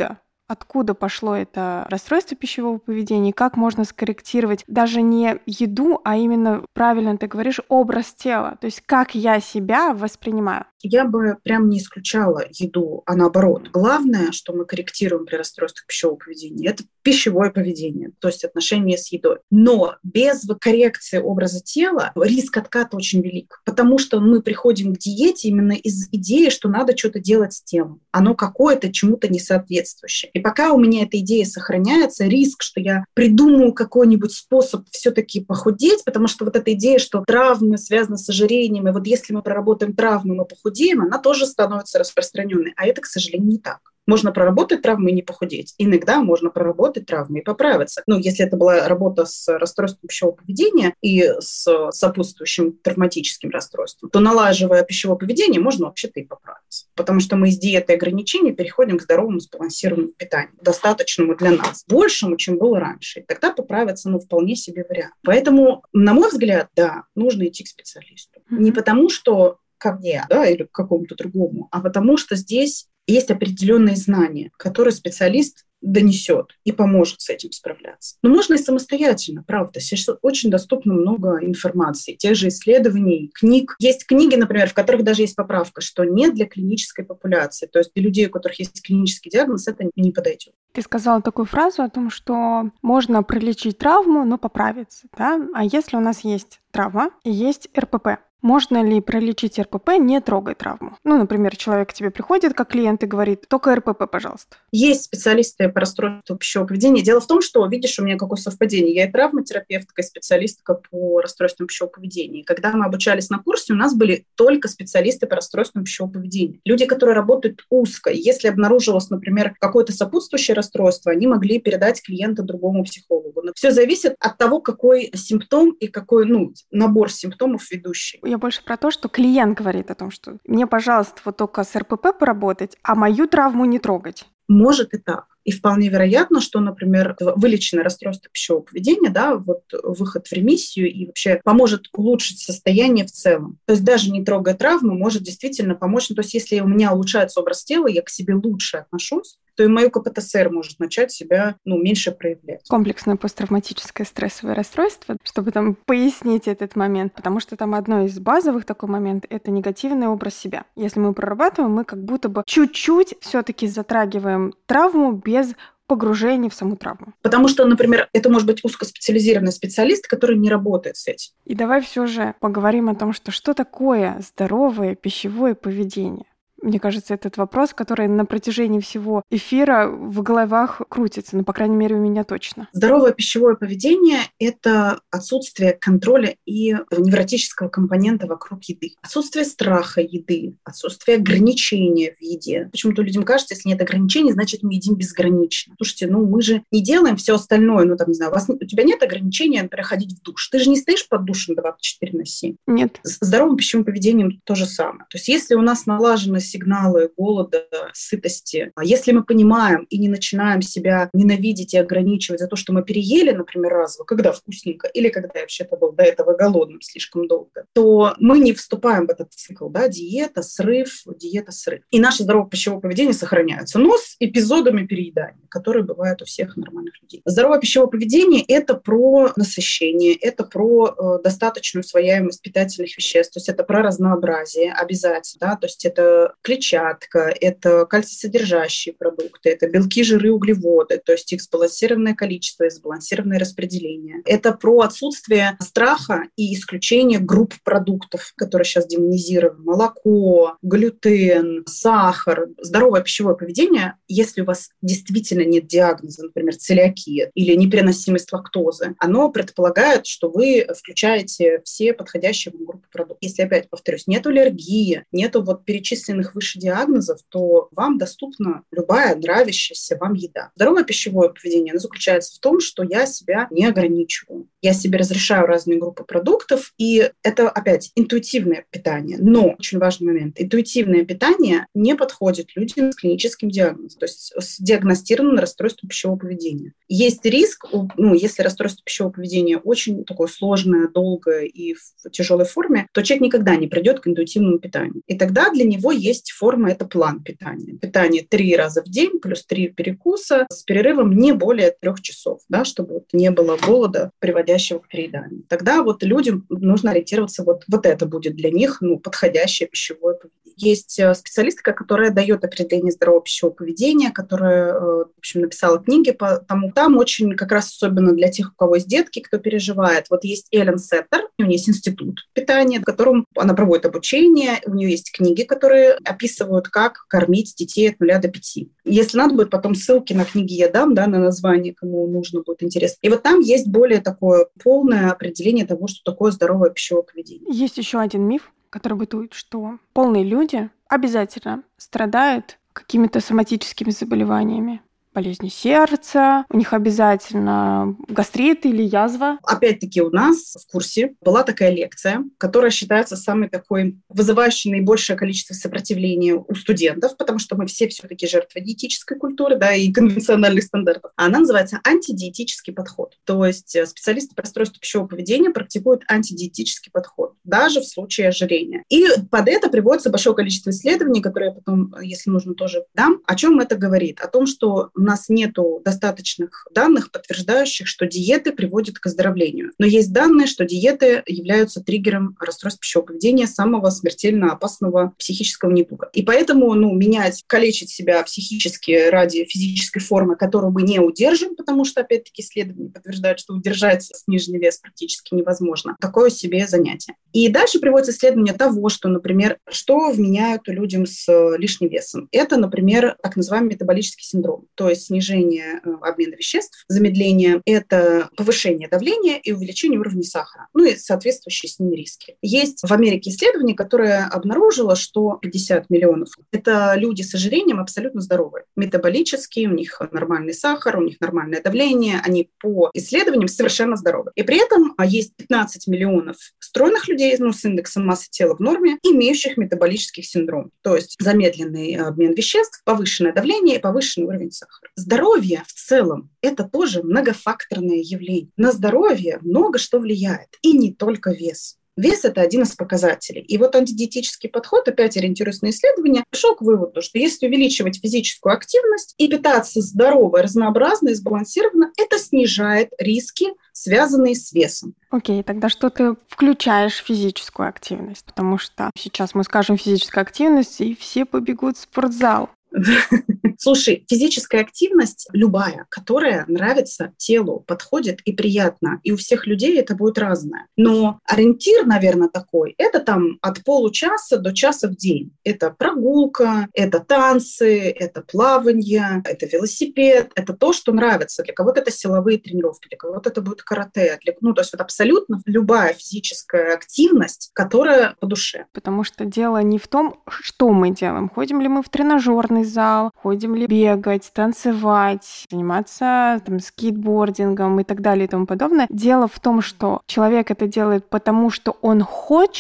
откуда пошло это расстройство пищевого поведения, как можно скорректировать даже не еду, а именно, правильно ты говоришь, образ тела, то есть как я себя воспринимаю. Я бы прям не исключала еду, а наоборот. Главное, что мы корректируем при расстройствах пищевого поведения, это пищевое поведение, то есть отношения с едой. Но без коррекции образа тела риск отката очень велик, потому что мы приходим к диете именно из идеи, что надо что-то делать с телом. Оно какое-то чему-то несоответствующее. И пока у меня эта идея сохраняется, риск, что я придумаю какой-нибудь способ все-таки похудеть, потому что вот эта идея, что травмы связаны с ожирением, и вот если мы проработаем травмы, мы похудеем, она тоже становится распространенной. А это, к сожалению, не так. Можно проработать травмы и не похудеть. Иногда можно проработать травмы и поправиться. Если это была работа с расстройством пищевого поведения и с сопутствующим травматическим расстройством, то, налаживая пищевое поведение, можно вообще-то и поправиться. Потому что мы из диеты и ограничений переходим к здоровому сбалансированному питанию, достаточному для нас, большему, чем было раньше. И тогда поправиться, вполне себе вариант. Поэтому, на мой взгляд, да, нужно идти к специалисту. Не потому, что ко мне, да, или к какому-то другому, а потому что здесь есть определенные знания, которые специалист донесет и поможет с этим справляться. Но можно и самостоятельно, правда. Сейчас очень доступно много информации, тех же исследований, книг. Есть книги, например, в которых даже есть поправка, что не для клинической популяции. То есть для людей, у которых есть клинический диагноз, это не подойдет. Ты сказала такую фразу о том, что можно пролечить травму, но поправиться, да? А если у нас есть травма и есть РПП? Можно ли пролечить РПП, не трогая травму? Например, человек к тебе приходит как клиент и говорит: только РПП, пожалуйста. Есть специалисты по расстройству пищевого поведения. Дело в том, что, видишь, у меня какое совпадение. Я и травматерапевтка, и специалистка по расстройствам пищевого поведения. Когда мы обучались на курсе, у нас были только специалисты по расстройствам пищевого поведения. Люди, которые работают узко. Если обнаружилось, например, какое-то сопутствующее расстройство, они могли передать клиента другому психологу. Но все зависит от того, какой симптом и какой набор симптомов ведущий. Я больше про то, что клиент говорит о том, что мне, пожалуйста, вот только с РПП поработать, а мою травму не трогать. Может и так. И вполне вероятно, что, например, вылеченное расстройство пищевого поведения, выход в ремиссию и вообще поможет улучшить состояние в целом. То есть даже не трогая травму, может действительно помочь. То есть если у меня улучшается образ тела, я к себе лучше отношусь, то и мое КПТСР может начать себя меньше проявлять. Комплексное посттравматическое стрессовое расстройство, чтобы там пояснить этот момент, потому что там одно из базовых такой момент — это негативный образ себя. Если мы прорабатываем, мы как будто бы чуть-чуть все-таки затрагиваем травму без погружения в саму травму. Потому что, например, это может быть узкоспециализированный специалист, который не работает с этим. И давай все же поговорим о том, что такое здоровое пищевое поведение. Мне кажется, этот вопрос, который на протяжении всего эфира в головах крутится, по крайней мере, у меня точно. Здоровое пищевое поведение — это отсутствие контроля и невротического компонента вокруг еды. Отсутствие страха еды, отсутствие ограничения в еде. Почему-то людям кажется, если нет ограничений, значит, мы едим безгранично. Слушайте, мы же не делаем все остальное. У тебя нет ограничения, например, ходить в душ. Ты же не стоишь под душем 24/7. Нет. С здоровым пищевым поведением то же самое. То есть если у нас налажена сигналы голода, сытости. Если мы понимаем и не начинаем себя ненавидеть и ограничивать за то, что мы переели, например, разово, когда вкусненько, или когда я вообще-то был до этого голодным слишком долго, то мы не вступаем в этот цикл, да, диета, срыв. И наше здоровое пищевое поведение сохраняется, но с эпизодами переедания, которые бывают у всех нормальных людей. Здоровое пищевое поведение – это про насыщение, это про достаточную усвояемость питательных веществ, то есть это про разнообразие обязательно, да, то есть это клетчатка, это кальций-содержащие продукты, это белки, жиры, углеводы, то есть их сбалансированное количество и сбалансированное распределение. Это про отсутствие страха и исключение групп продуктов, которые сейчас демонизированы. Молоко, глютен, сахар. Здоровое пищевое поведение, если у вас действительно нет диагноза, например, целиакия или непереносимость лактозы, оно предполагает, что вы включаете все подходящие вам группы продуктов. Если, опять повторюсь, нет аллергии, нету вот перечисленных выше диагнозов, то вам доступна любая нравящаяся вам еда. Здоровое пищевое поведение, оно заключается в том, что я себя не ограничиваю. Я себе разрешаю разные группы продуктов, и это, опять, интуитивное питание. Но, очень важный момент, интуитивное питание не подходит людям с клиническим диагнозом, то есть с диагностированным расстройством пищевого поведения. Есть риск, если расстройство пищевого поведения очень такое сложное, долгое и в тяжелой форме, то человек никогда не придет к интуитивному питанию. И тогда для него есть форма, это план питания. Питание 3 раза в день плюс 3 перекуса с перерывом не более 3 часов, да, чтобы не было голода, приводящего к перееданию. Тогда вот людям нужно ориентироваться, вот это будет для них подходящее пищевое поведение. Есть специалистка, которая дает определение здорового пищевого поведения, которая, в общем, написала книги по тому. Там очень как раз особенно для тех, у кого есть детки, кто переживает. Вот есть Эллен Сеттер, у нее есть институт питания, в котором она проводит обучение, у нее есть книги, которые описывают, как кормить детей от 0 до 5. Если надо будет, потом ссылки на книги я дам, да, на название, кому нужно будет интересно. И вот там есть более такое полное определение того, что такое здоровое пищевое поведение. Есть еще один миф, который бытует, что полные люди обязательно страдают какими-то соматическими заболеваниями. Болезни сердца, у них обязательно гастрит или язва. Опять-таки у нас в курсе была такая лекция, которая считается самой такой вызывающей наибольшее количество сопротивления у студентов, потому что мы все-таки жертвы диетической культуры, да, и конвенциональных стандартов. Она называется антидиетический подход. То есть специалисты по расстройству пищевого поведения практикуют антидиетический подход, даже в случае ожирения. И под это приводится большое количество исследований, которые я потом, если нужно, тоже дам. О чем это говорит? О том, что у нас нет достаточных данных, подтверждающих, что диеты приводят к оздоровлению. Но есть данные, что диеты являются триггером расстройств пищевого поведения, самого смертельно опасного психического недуга. И поэтому калечить себя психически ради физической формы, которую мы не удержим, потому что, опять-таки, исследования подтверждают, что удержать сниженный вес практически невозможно. Такое себе занятие. И дальше приводится исследование того, что, например, что вменяют людям с лишним весом. Это, например, так называемый метаболический синдром. То есть снижение обмена веществ, замедление – это повышение давления и увеличение уровня сахара, и соответствующие с ними риски. Есть в Америке исследование, которое обнаружило, что 50 миллионов – это люди с ожирением абсолютно здоровые. Метаболически, у них нормальный сахар, у них нормальное давление, они по исследованиям совершенно здоровы. И при этом есть 15 миллионов стройных людей, с индексом массы тела в норме, имеющих метаболический синдром, то есть замедленный обмен веществ, повышенное давление и повышенный уровень сахара. Здоровье в целом – это тоже многофакторное явление. На здоровье много что влияет, и не только вес. Вес – это один из показателей. И вот антидиетический подход, опять ориентируясь на исследования, пришел к выводу, что если увеличивать физическую активность и питаться здорово, разнообразно и сбалансированно, это снижает риски, связанные с весом. Окей, тогда что ты включаешь в физическую активность? Потому что сейчас мы скажем физическая активность, и все побегут в спортзал. Слушай, физическая активность любая, которая нравится телу, подходит и приятно. И у всех людей это будет разное. Но ориентир, наверное, такой, это там от получаса до часа в день. Это прогулка, это танцы, это плавание, это велосипед. Это то, что нравится. Для кого-то это силовые тренировки, для кого-то это будет карате. То есть вот абсолютно любая физическая активность, которая по душе. Потому что дело не в том, что мы делаем. Ходим ли мы в тренажерный зал, ходим ли бегать, танцевать, заниматься скейтбордингом и так далее и тому подобное. Дело в том, что человек это делает потому, что он хочет,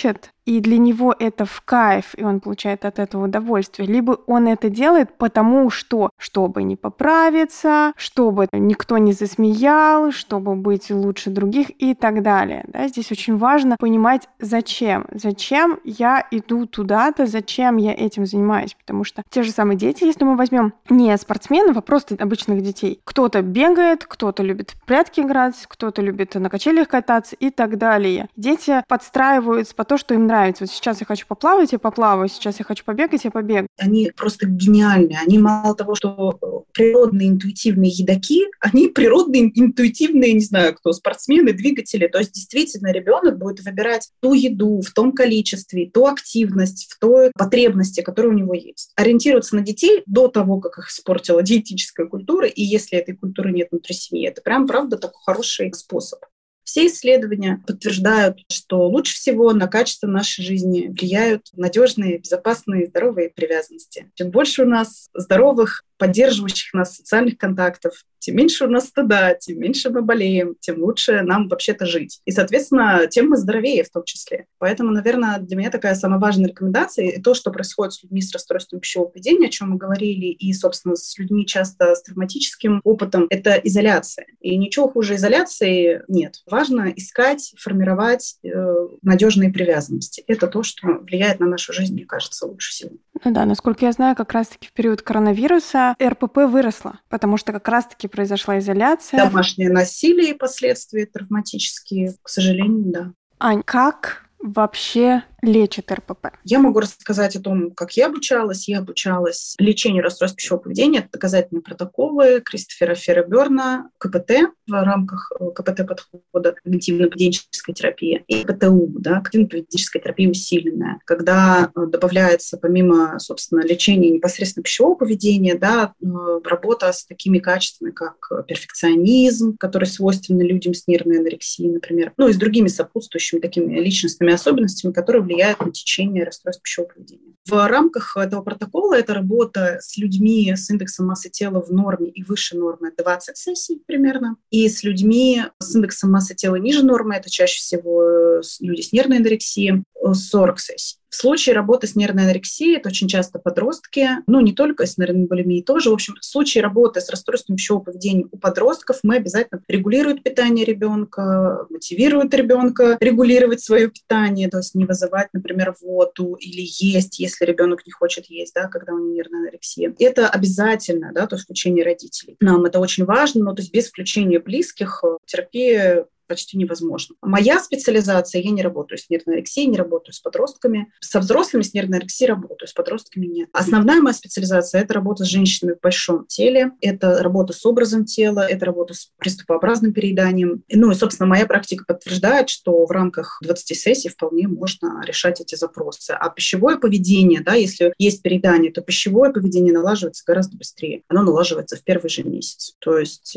и для него это в кайф, и он получает от этого удовольствие, либо он это делает потому, что, чтобы не поправиться, чтобы никто не засмеял, чтобы быть лучше других и так далее. Да? Здесь очень важно понимать, зачем. Зачем я иду туда-то, зачем я этим занимаюсь. Потому что те же самые дети, если мы возьмем не спортсменов, а просто обычных детей. Кто-то бегает, кто-то любит в прятки играть, кто-то любит на качелях кататься и так далее. Дети подстраиваются по то, что им нравится. Вот сейчас я хочу поплавать, я поплаваю. Сейчас я хочу побегать, я побегаю. Они просто гениальны. Они мало того, что природные интуитивные едоки, они природные интуитивные, не знаю кто, спортсмены, двигатели. То есть действительно ребенок будет выбирать ту еду в том количестве, ту активность, в той потребности, которые у него есть. Ориентироваться на детей до того, как их испортила диетическая культура, и если этой культуры нет внутри семьи, это прям, правда, такой хороший способ. Все исследования подтверждают, что лучше всего на качество нашей жизни влияют надежные, безопасные, здоровые привязанности. Чем больше у нас здоровых, поддерживающих нас социальных контактов, тем меньше у нас стыда, тем меньше мы болеем, тем лучше нам вообще-то жить. И, соответственно, тем мы здоровее в том числе. Поэтому, наверное, для меня такая самая важная рекомендация и то, что происходит с людьми с расстройством пищевого поведения, о чем мы говорили, и, собственно, с людьми часто с травматическим опытом, это изоляция. И ничего хуже изоляции нет. Важно искать, формировать надежные привязанности. Это то, что влияет на нашу жизнь, мне кажется, лучше всего. Ну да, насколько я знаю, как раз-таки в период коронавируса РПП выросла, потому что как раз-таки произошла изоляция. Домашнее насилие и последствия травматические, к сожалению, да. Ань, как вообще лечит РПП? Я могу рассказать о том, как я обучалась. Я обучалась лечению расстройств пищевого поведения. Это доказательные протоколы Кристофера Ферра-Берна, КПТ в рамках КПТ-подхода, когнитивно-поведенческой терапии, и КПТУ, да, когнитивно-поведенческая терапия усиленная, когда добавляется помимо, собственно, лечения непосредственно пищевого поведения, да, работа с такими качествами, как перфекционизм, который свойственны людям с нервной анорексией, например, ну и с другими сопутствующими такими личностными особенностями, которые влияют на течение расстройств пищевого поведения. В рамках этого протокола это работа с людьми с индексом массы тела в норме и выше нормы 20 сессий примерно, и с людьми с индексом массы тела ниже нормы, это чаще всего люди с нервной анорексией, 40 сессий. В случае работы с нервной анорексией, это очень часто подростки, ну не только с нервной булимией тоже. В общем, в случае работы с расстройством пищевого поведения у подростков мы обязательно регулируем питание ребенка, мотивируем ребенка регулировать свое питание, то есть не вызывать, например, рвоту или есть, если ребенок не хочет есть, да, когда у него нервная анорексия. Это обязательно, да, то есть включение родителей. Нам это очень важно, но то есть без включения близких терапия почти невозможно. Моя специализация, я не работаю с нервной анорексией, не работаю с подростками. Со взрослыми с нервной анорексией работаю, с подростками нет. Основная моя специализация – это работа с женщинами в большом теле, это работа с образом тела, это работа с приступообразным перееданием. Ну и, собственно, моя практика подтверждает, что в рамках 20 сессий вполне можно решать эти запросы. А пищевое поведение, да, если есть переедание, то пищевое поведение налаживается гораздо быстрее. Оно налаживается в первый же месяц, то есть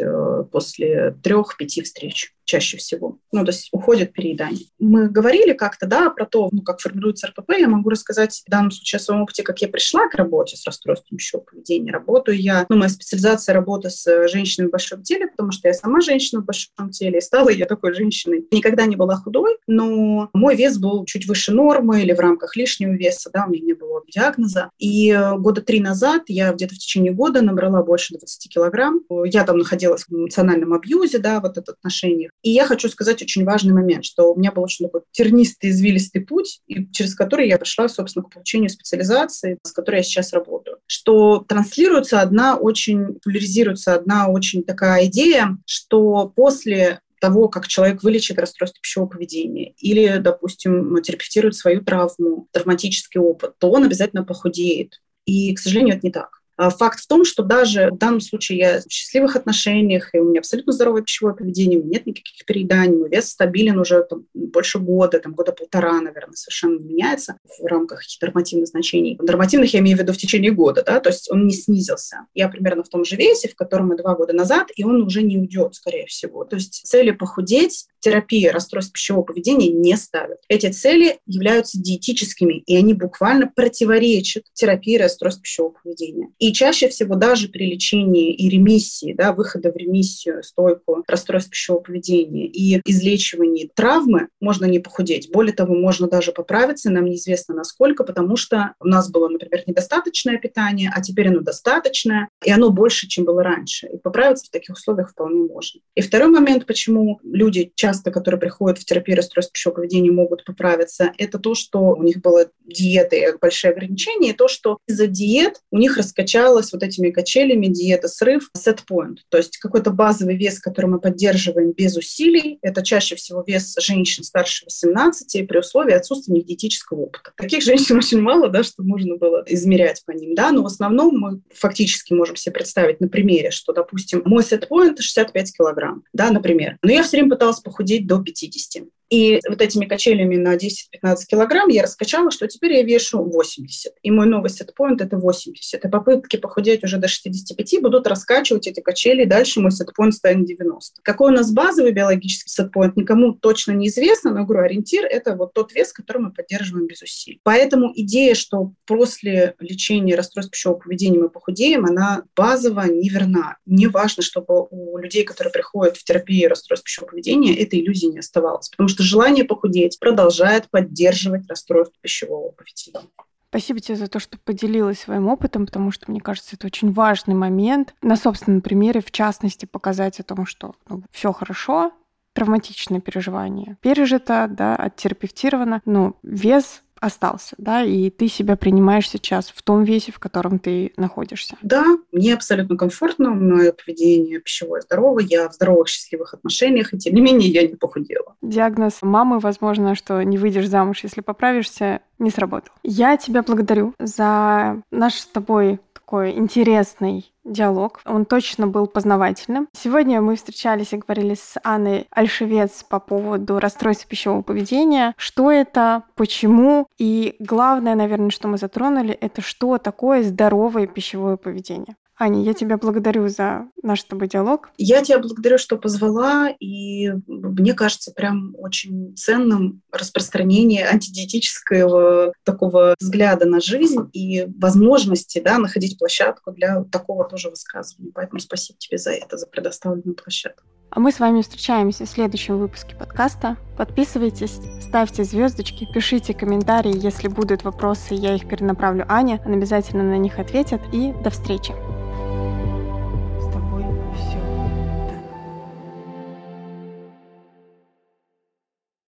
после 3-5 встреч. Чаще всего. Ну, то есть уходит переедание. Мы говорили как-то, да, про то, ну, как формируется РПП. Я могу рассказать в данном случае о своем опыте, как я пришла к работе с расстройством пищевого поведения. Работаю я, ну, моя специализация — работа с женщинами в большом теле, потому что я сама женщина в большом теле, и стала я такой женщиной. Никогда не была худой, но мой вес был чуть выше нормы или в рамках лишнего веса, да, у меня не было диагноза. И 3 года назад я где-то в течение года набрала больше 20 килограмм. Я там находилась в эмоциональном абьюзе, да, вот это отношениях. И я хочу сказать очень важный момент, что у меня был очень такой тернистый, извилистый путь, и через который я пришла, собственно, к получению специализации, с которой я сейчас работаю. Что транслируется популяризируется одна очень такая идея, что после того, как человек вылечит расстройство пищевого поведения или, допустим, терапевтирует свою травму, травматический опыт, то он обязательно похудеет. И, к сожалению, это не так. Факт в том, что даже в данном случае я в счастливых отношениях, и у меня абсолютно здоровое пищевое поведение, у меня нет никаких перееданий, мой вес стабилен уже больше года, года полтора, наверное, совершенно не меняется в рамках каких-то нормативных значений. Нормативных я имею в виду в течение года, да, то есть он не снизился. Я примерно в том же весе, в котором мы 2 года назад, и он уже не уйдет, скорее всего. То есть цели похудеть терапия расстройств пищевого поведения не ставит. Эти цели являются диетическими, и они буквально противоречат терапии расстройств пищевого поведения. И И чаще всего даже при лечении и ремиссии, да, выхода в ремиссию, стойку расстройств пищевого поведения и излечивании травмы можно не похудеть. Более того, можно даже поправиться, нам неизвестно насколько, потому что у нас было, например, недостаточное питание, а теперь оно достаточное, и оно больше, чем было раньше. И поправиться в таких условиях вполне можно. И второй момент, почему люди часто, которые приходят в терапию расстройств пищевого поведения, могут поправиться, это то, что у них была диета и большие ограничения, и то, что из-за диет у них раскачалась вот этими качелями диета, срыв, set point. То есть какой-то базовый вес, который мы поддерживаем без усилий, это чаще всего вес женщин старше 18 при условии отсутствия диетического опыта. Таких женщин очень мало, да, что можно было измерять по ним, да, но в основном мы фактически можем себе представить на примере, что, допустим, мой set point 65 килограмм, да, например, но я все время пыталась похудеть до 50. И вот этими качелями на 10-15 килограмм я раскачала, что теперь я вешу 80. И мой новый сетпоинт – это 80. И попытки похудеть уже до 65 будут раскачивать эти качели, и дальше мой сетпоинт станет 90. Какой у нас базовый биологический сетпоинт, никому точно неизвестно, но, говорю, ориентир – это вот тот вес, который мы поддерживаем без усилий. Поэтому идея, что после лечения расстройств пищевого поведения мы похудеем, она базово неверна. Не важно, чтобы у людей, которые приходят в терапию расстройств пищевого поведения, этой иллюзии не оставалось. Потому что желание похудеть продолжает поддерживать расстройство пищевого поведения. Спасибо тебе за то, что поделилась своим опытом, потому что, мне кажется, это очень важный момент. На собственном примере, в частности, показать о том, что все хорошо, травматичное переживание пережито, да, оттерапевтировано, но вес остался, да, и ты себя принимаешь сейчас в том весе, в котором ты находишься. Да, мне абсолютно комфортно, мое поведение пищевое здоровое, я в здоровых, счастливых отношениях, и тем не менее я не похудела. Диагноз мамы, возможно, что не выйдешь замуж, если поправишься, не сработал. Я тебя благодарю за наш с тобой такой интересный диалог. Он точно был познавательным. Сегодня мы встречались и говорили с Анной Альшевец по поводу расстройства пищевого поведения. Что это, почему и главное, наверное, что мы затронули, это что такое здоровое пищевое поведение. Аня, я тебя благодарю за наш с тобой диалог. Я тебя благодарю, что позвала, и мне кажется прям очень ценным распространение антидиетического такого взгляда на жизнь и возможности, да, находить площадку для такого тоже высказывания. Поэтому спасибо тебе за это, за предоставленную площадку. А мы с вами встречаемся в следующем выпуске подкаста. Подписывайтесь, ставьте звездочки, пишите комментарии. Если будут вопросы, я их перенаправлю Ане. Она обязательно на них ответит. И до встречи!